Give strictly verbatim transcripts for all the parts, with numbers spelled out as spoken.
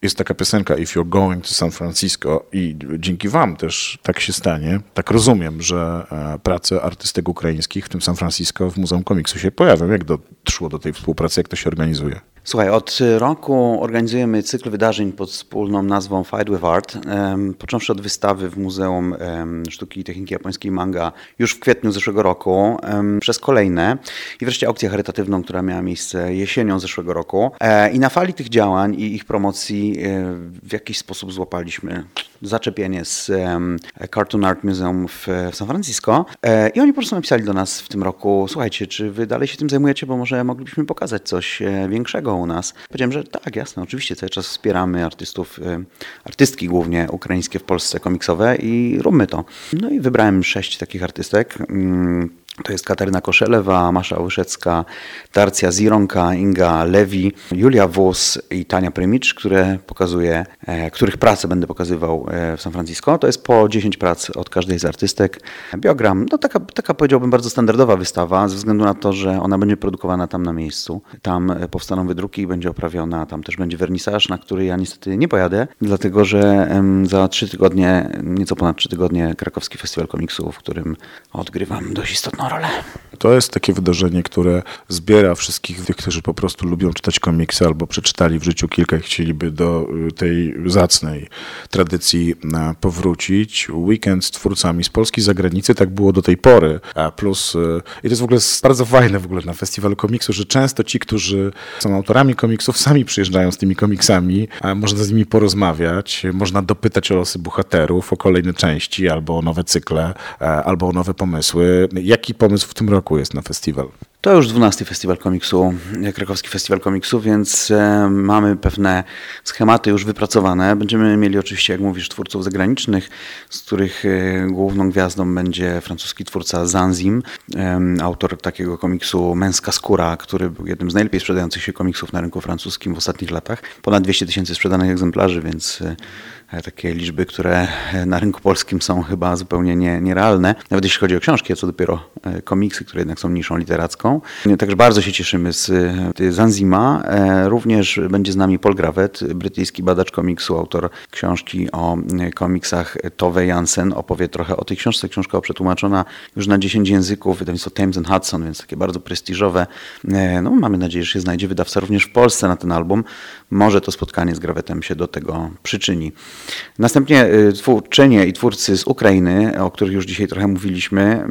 Jest taka piosenka If You're Going to San Francisco i dzięki wam też tak się stanie. Tak rozumiem, że prace artystek ukraińskich w tym San Francisco w Muzeum Komiksu się pojawią. Jak doszło do tej współpracy, jak to się organizuje? Słuchaj, od roku organizujemy cykl wydarzeń pod wspólną nazwą Fight with Art. Um, począwszy od wystawy w Muzeum um, Sztuki i Techniki Japońskiej Manga już w kwietniu zeszłego roku, um, przez kolejne i wreszcie aukcję charytatywną, która miała miejsce jesienią zeszłego roku. E, I na fali tych działań i ich promocji e, w jakiś sposób złapaliśmy zaczepienie z um, Cartoon Art Museum w, w San Francisco e, i oni po prostu napisali do nas w tym roku: słuchajcie, czy wy dalej się tym zajmujecie, bo może moglibyśmy pokazać coś e, większego u nas. Powiedziałem, że tak, jasne, oczywiście, cały czas wspieramy artystów, e, artystki głównie ukraińskie w Polsce komiksowe i róbmy to. No i wybrałem sześć takich artystek. Mm, To jest Katarzyna Koszelewa, Masza Łyszecka, Tarcja Zironka, Inga Lewi, Julia Wóz i Tania Prymicz, które pokazuje, e, których prace będę pokazywał e, w San Francisco. To jest po dziesięć prac od każdej z artystek. Biogram, no taka, taka powiedziałbym bardzo standardowa wystawa, ze względu na to, że ona będzie produkowana tam na miejscu. Tam powstaną wydruki, będzie oprawiona, tam też będzie wernisaż, na który ja niestety nie pojadę, dlatego że em, za trzy tygodnie, nieco ponad trzy tygodnie, Krakowski Festiwal Komiksu, w którym odgrywam dość istotną rolę. To jest takie wydarzenie, które zbiera wszystkich tych, którzy po prostu lubią czytać komiksy albo przeczytali w życiu kilka i chcieliby do tej zacnej tradycji powrócić. Weekend z twórcami z Polski, z zagranicy, tak było do tej pory. A plus, i to jest w ogóle bardzo fajne w ogóle na festiwalu komiksu, że często ci, którzy są autorami komiksów, sami przyjeżdżają z tymi komiksami, a można z nimi porozmawiać, można dopytać o losy bohaterów, o kolejne części, albo o nowe cykle, albo o nowe pomysły. Jaki pomysł w tym roku jest na festiwal? To już dwunasty Festiwal Komiksu, Krakowski Festiwal Komiksu, więc e, mamy pewne schematy już wypracowane. Będziemy mieli oczywiście, jak mówisz, twórców zagranicznych, z których e, główną gwiazdą będzie francuski twórca Zanzim, e, autor takiego komiksu Męska skóra, który był jednym z najlepiej sprzedających się komiksów na rynku francuskim w ostatnich latach. Ponad dwieście tysięcy sprzedanych egzemplarzy, więc e, takie liczby, które na rynku polskim są chyba zupełnie nie, nierealne. Nawet jeśli chodzi o książki, a co dopiero e, komiksy, które jednak są niszą literacką. Także bardzo się cieszymy z Zanzima. Również będzie z nami Paul Gravett, brytyjski badacz komiksu, autor książki o komiksach Tove Jansson. Opowie trochę o tej książce. Książka przetłumaczona już na dziesięć języków, wydawnictwo Thames and Hudson, więc takie bardzo prestiżowe. No, mamy nadzieję, że się znajdzie wydawca również w Polsce na ten album. Może to spotkanie z Gravettem się do tego przyczyni. Następnie twórczynie i twórcy z Ukrainy, o których już dzisiaj trochę mówiliśmy.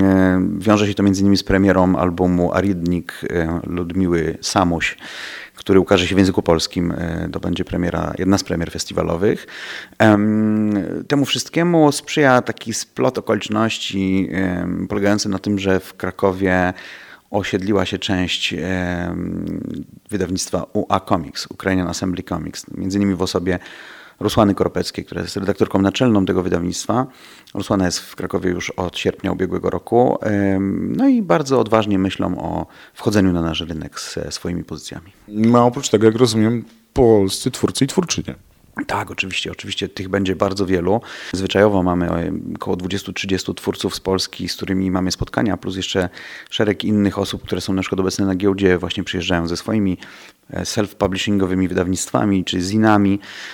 Wiąże się to między innymi z premierą albumu Aridnik Ludmiły Samuś, który ukaże się w języku polskim. To będzie premiera, jedna z premier festiwalowych. Temu wszystkiemu sprzyja taki splot okoliczności polegający na tym, że w Krakowie osiedliła się część wydawnictwa U A Comics, Ukrainian Assembly Comics, między innymi w osobie Rusłany Koropeckiej, która jest redaktorką naczelną tego wydawnictwa. Rusłana jest w Krakowie już od sierpnia ubiegłego roku. No i bardzo odważnie myślą o wchodzeniu na nasz rynek ze swoimi pozycjami. No oprócz tego, jak rozumiem, polscy twórcy i twórczynie. Tak, oczywiście, oczywiście tych będzie bardzo wielu. Zwyczajowo mamy około dwadzieścia trzydzieści twórców z Polski, z którymi mamy spotkania, plus jeszcze szereg innych osób, które są na przykład obecne na giełdzie, właśnie przyjeżdżają ze swoimi self-publishingowymi wydawnictwami czy zinami.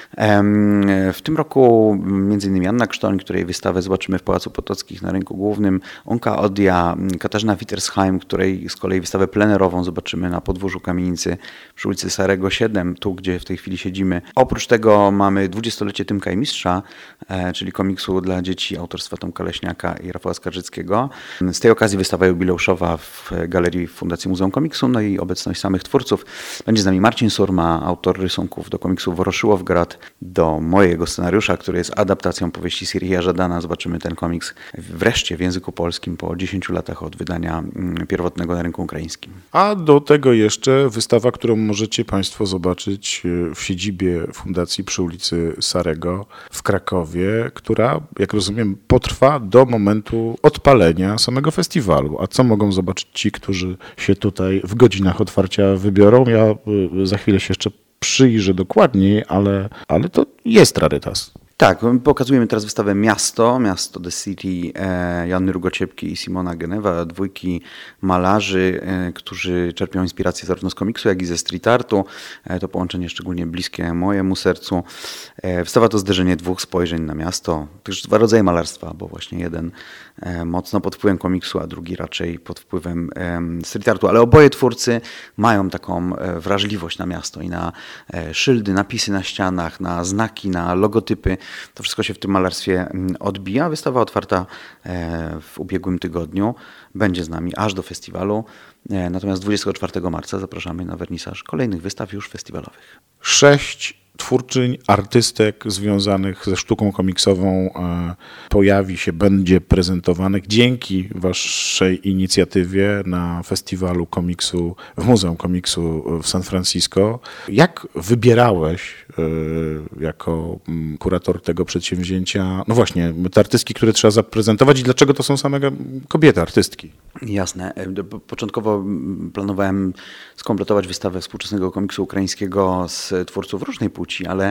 W tym roku między innymi Anna Krztoń, której wystawę zobaczymy w Pałacu Potockich na rynku głównym, Onka Odia, Katarzyna Wittersheim, której z kolei wystawę plenerową zobaczymy na podwórzu kamienicy przy ulicy Sarego siedem, tu gdzie w tej chwili siedzimy. Oprócz tego mamy dwudziestolecie Tymka i Mistrza, czyli komiksu dla dzieci autorstwa Tomka Leśniaka i Rafała Skarżyckiego. Z tej okazji wystawa jubileuszowa w Galerii Fundacji Muzeum Komiksu, no i obecność samych twórców. Będzie z nami Marcin Surma, autor rysunków do komiksu Woroszyłowgrad, do mojego scenariusza, który jest adaptacją powieści Sirija Żadana. Zobaczymy ten komiks wreszcie w języku polskim po dziesięciu latach od wydania pierwotnego na rynku ukraińskim. A do tego jeszcze wystawa, którą możecie Państwo zobaczyć w siedzibie Fundacji przy ulicy Sarego w Krakowie, która, jak rozumiem, potrwa do momentu odpalenia samego festiwalu. A co mogą zobaczyć ci, którzy się tutaj w godzinach otwarcia wybiorą? Ja za chwilę się jeszcze przyjrzę dokładniej, ale, ale to jest rarytas. Tak, pokazujemy teraz wystawę Miasto, Miasto The City e, Joanny Rugociepki i Simona Genewa, dwójki malarzy, e, którzy czerpią inspirację zarówno z komiksu, jak i ze street artu. E, to połączenie szczególnie bliskie mojemu sercu. E, wystawa to zderzenie dwóch spojrzeń na miasto, też dwa rodzaje malarstwa, bo właśnie jeden e, mocno pod wpływem komiksu, a drugi raczej pod wpływem e, street artu, ale oboje twórcy mają taką e, wrażliwość na miasto i na e, szyldy, napisy na ścianach, na znaki, na logotypy. To wszystko się w tym malarstwie odbija. Wystawa otwarta w ubiegłym tygodniu będzie z nami aż do festiwalu. Natomiast dwudziestego czwartego marca zapraszamy na wernisaż kolejnych wystaw już festiwalowych. Sześć twórczyń, artystek związanych ze sztuką komiksową pojawi się, będzie prezentowanych dzięki waszej inicjatywie na festiwalu komiksu, w Muzeum Komiksu w San Francisco. Jak wybierałeś jako kurator tego przedsięwzięcia, no właśnie, te artystki, które trzeba zaprezentować i dlaczego to są same kobiety, artystki? Jasne. Początkowo planowałem skompletować wystawę współczesnego komiksu ukraińskiego z twórców różnej płci, ale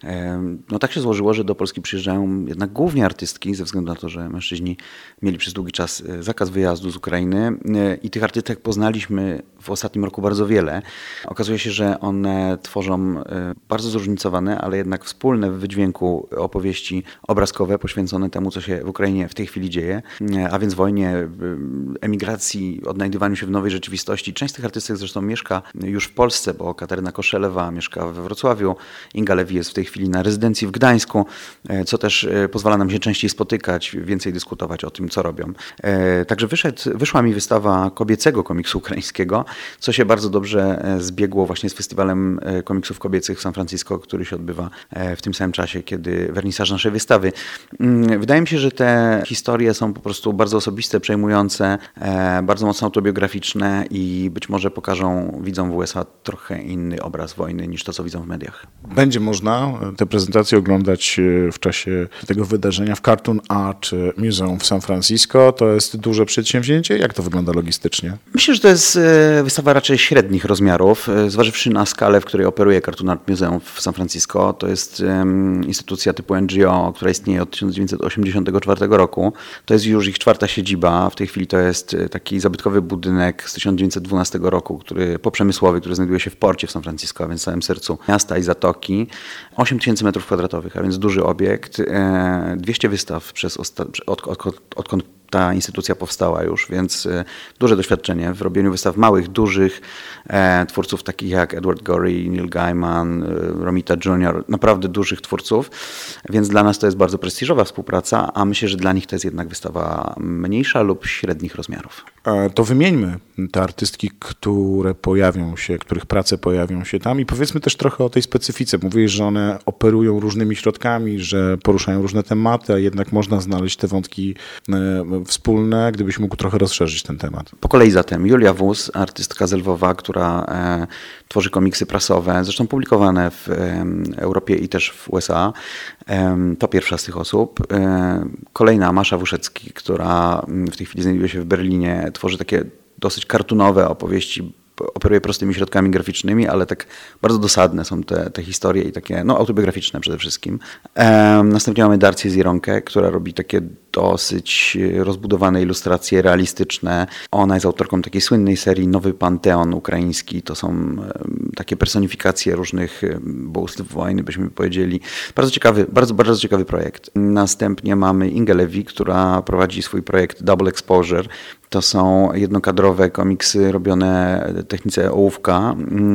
no tak się złożyło, że do Polski przyjeżdżają jednak głównie artystki, ze względu na to, że mężczyźni mieli przez długi czas zakaz wyjazdu z Ukrainy i tych artystek poznaliśmy w ostatnim roku bardzo wiele. Okazuje się, że one tworzą bardzo zróżnicowane, ale jednak wspólne w wydźwięku opowieści obrazkowe poświęcone temu, co się w Ukrainie w tej chwili dzieje, a więc wojnie, emigracji, odnajdywaniu się w nowej rzeczywistości. Część z tych artystek zresztą mieszka już w Polsce, bo Kateryna Koszelewa mieszka we Wrocławiu, Inga Lewi jest w tej chwili na rezydencji w Gdańsku, co też pozwala nam się częściej spotykać, więcej dyskutować o tym, co robią. Także wyszedł, wyszła mi wystawa kobiecego komiksu ukraińskiego, co się bardzo dobrze zbiegło właśnie z festiwalem komiksów kobiecych w San Francisco, który się odbywa w tym samym czasie, kiedy wernisaż naszej wystawy. Wydaje mi się, że te historie są po prostu bardzo osobiste, przejmujące, bardzo mocno autobiograficzne i być może pokażą widzom w U S A trochę inny obraz wojny niż to, co widzą w mediach. Będzie można te prezentacje oglądać w czasie tego wydarzenia w Cartoon Art Museum w San Francisco. To jest duże przedsięwzięcie. Jak to wygląda logistycznie? Myślę, że to jest wystawa raczej średnich rozmiarów, zważywszy na skalę, w której operuje Cartoon Art Museum w San Francisco. To jest instytucja typu N G O, która istnieje od tysiąc dziewięćset osiemdziesiątego czwartego roku. To jest już ich czwarta siedziba. W tej chwili to jest taki zabytkowy budynek z tysiąc dziewięćset dwunastego roku, który poprzemysłowy, który znajduje się w porcie w San Francisco, a więc w samym sercu miasta i zatoki. osiem tysięcy metrów kwadratowych, a więc duży obiekt. dwieście wystaw przez osta- od, od, od, odkąd ta instytucja powstała już, więc duże doświadczenie w robieniu wystaw małych, dużych, e, twórców takich jak Edward Gorey, Neil Gaiman, Romita junior, naprawdę dużych twórców, więc dla nas to jest bardzo prestiżowa współpraca, a myślę, że dla nich to jest jednak wystawa mniejsza lub średnich rozmiarów. E, to wymieńmy te artystki, które pojawią się, których prace pojawią się tam i powiedzmy też trochę o tej specyfice. Mówiłeś, że one operują różnymi środkami, że poruszają różne tematy, a jednak można znaleźć te wątki e, wspólne, gdybyś mógł trochę rozszerzyć ten temat. Po kolei zatem Julia Wóz, artystka z Lwowa, która e, tworzy komiksy prasowe, zresztą publikowane w e, Europie i też w U S A. E, to pierwsza z tych osób. E, kolejna Masza Wuszecki, która w tej chwili znajduje się w Berlinie, tworzy takie dosyć kartunowe opowieści, operuje prostymi środkami graficznymi, ale tak bardzo dosadne są te, te historie i takie no, autobiograficzne przede wszystkim. E, następnie mamy Darcję Zironkę, która robi takie dosyć rozbudowane ilustracje realistyczne. Ona jest autorką takiej słynnej serii Nowy Panteon Ukraiński. To są e, takie personifikacje różnych bóstw wojny, byśmy powiedzieli. Bardzo ciekawy, bardzo, bardzo ciekawy projekt. Następnie mamy Ingę Lewi, która prowadzi swój projekt Double Exposure. To są jednokadrowe komiksy robione w technice ołówka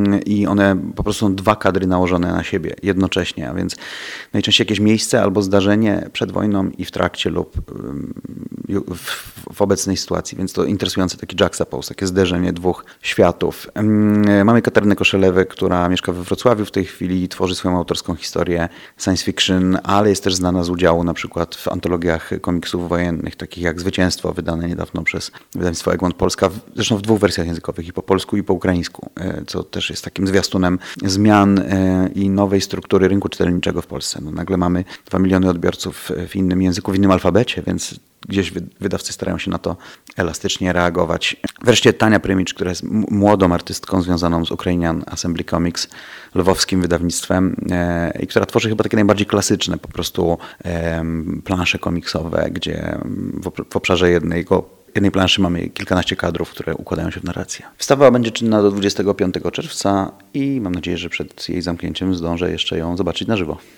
i one po prostu są dwa kadry nałożone na siebie jednocześnie, a więc najczęściej jakieś miejsce albo zdarzenie przed wojną i w trakcie lub w, w obecnej sytuacji, więc to interesujący taki juxtapose, takie zderzenie dwóch światów. Mamy Katarynę Koszelewę, która mieszka we Wrocławiu w tej chwili i tworzy swoją autorską historię science fiction, ale jest też znana z udziału na przykład w antologiach komiksów wojennych, takich jak Zwycięstwo, wydane niedawno przez wydawnictwo Egmont Polska, zresztą w dwóch wersjach językowych, i po polsku, i po ukraińsku, co też jest takim zwiastunem zmian i nowej struktury rynku czytelniczego w Polsce. No, nagle mamy dwa miliony odbiorców w innym języku, w innym alfabecie, się, więc gdzieś wydawcy starają się na to elastycznie reagować. Wreszcie Tania Prymicz, która jest młodą artystką związaną z Ukrainian Assembly Comics, lwowskim wydawnictwem e, i która tworzy chyba takie najbardziej klasyczne po prostu e, plansze komiksowe, gdzie w, w obszarze jednego jednej planszy mamy kilkanaście kadrów, które układają się w narrację. Wystawa będzie czynna do dwudziestego piątego czerwca i mam nadzieję, że przed jej zamknięciem zdążę jeszcze ją zobaczyć na żywo.